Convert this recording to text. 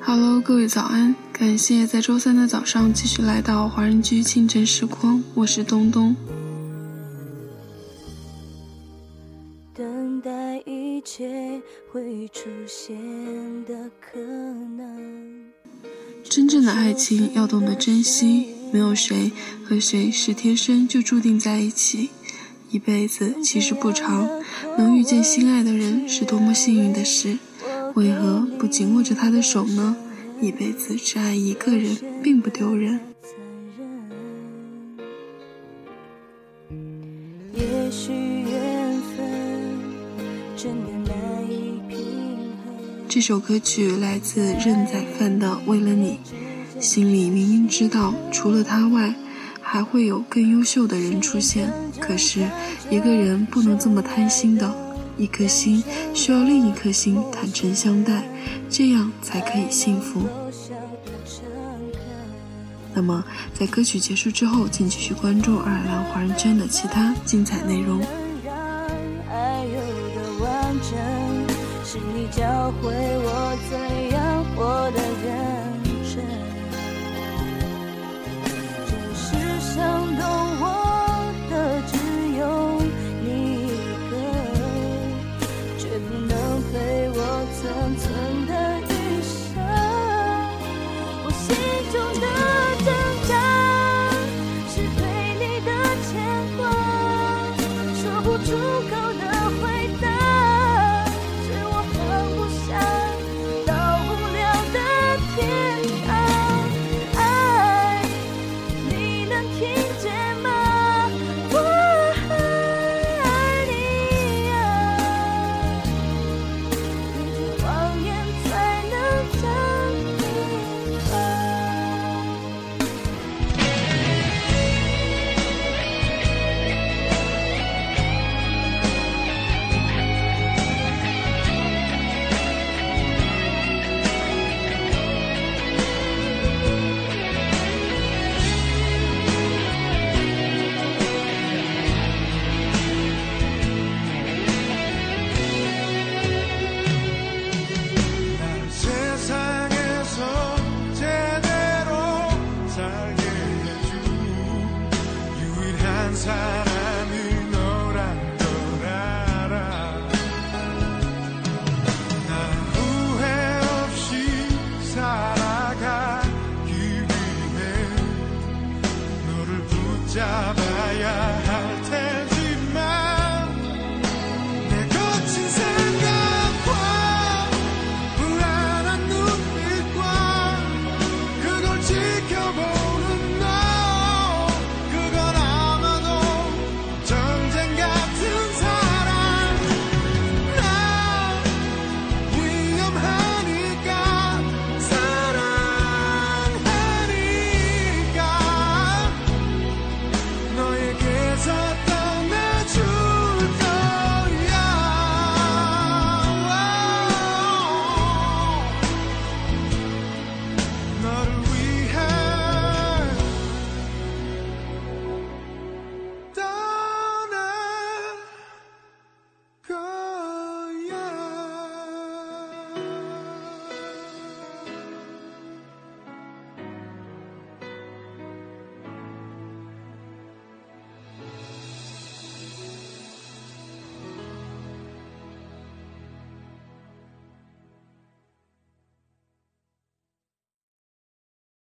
Hello， 各位早安！感谢在周三的早上继续来到华人居清晨时光，我是东东。 等待一切会出现的可能。 真正的爱情要懂得珍惜，没有谁和谁是天生就注定在一起。一辈子其实不长，能遇见心爱的人是多么幸运的事，为何不紧握着他的手呢？一辈子只爱一个人并不丢人。 也许缘分真的难以平衡。 这首歌曲来自任宰范的《为了你》，心里明明知道除了他外还会有更优秀的人出现，可是一个人不能这么贪心的，一颗心需要另一颗心坦诚相待，这样才可以幸福。那么在歌曲结束之后，请继续关注爱尔兰华人圈的其他精彩内容。 爱有的完整，是你教会我怎样活得认真。这世上懂我的只有你一个，却不能陪我层层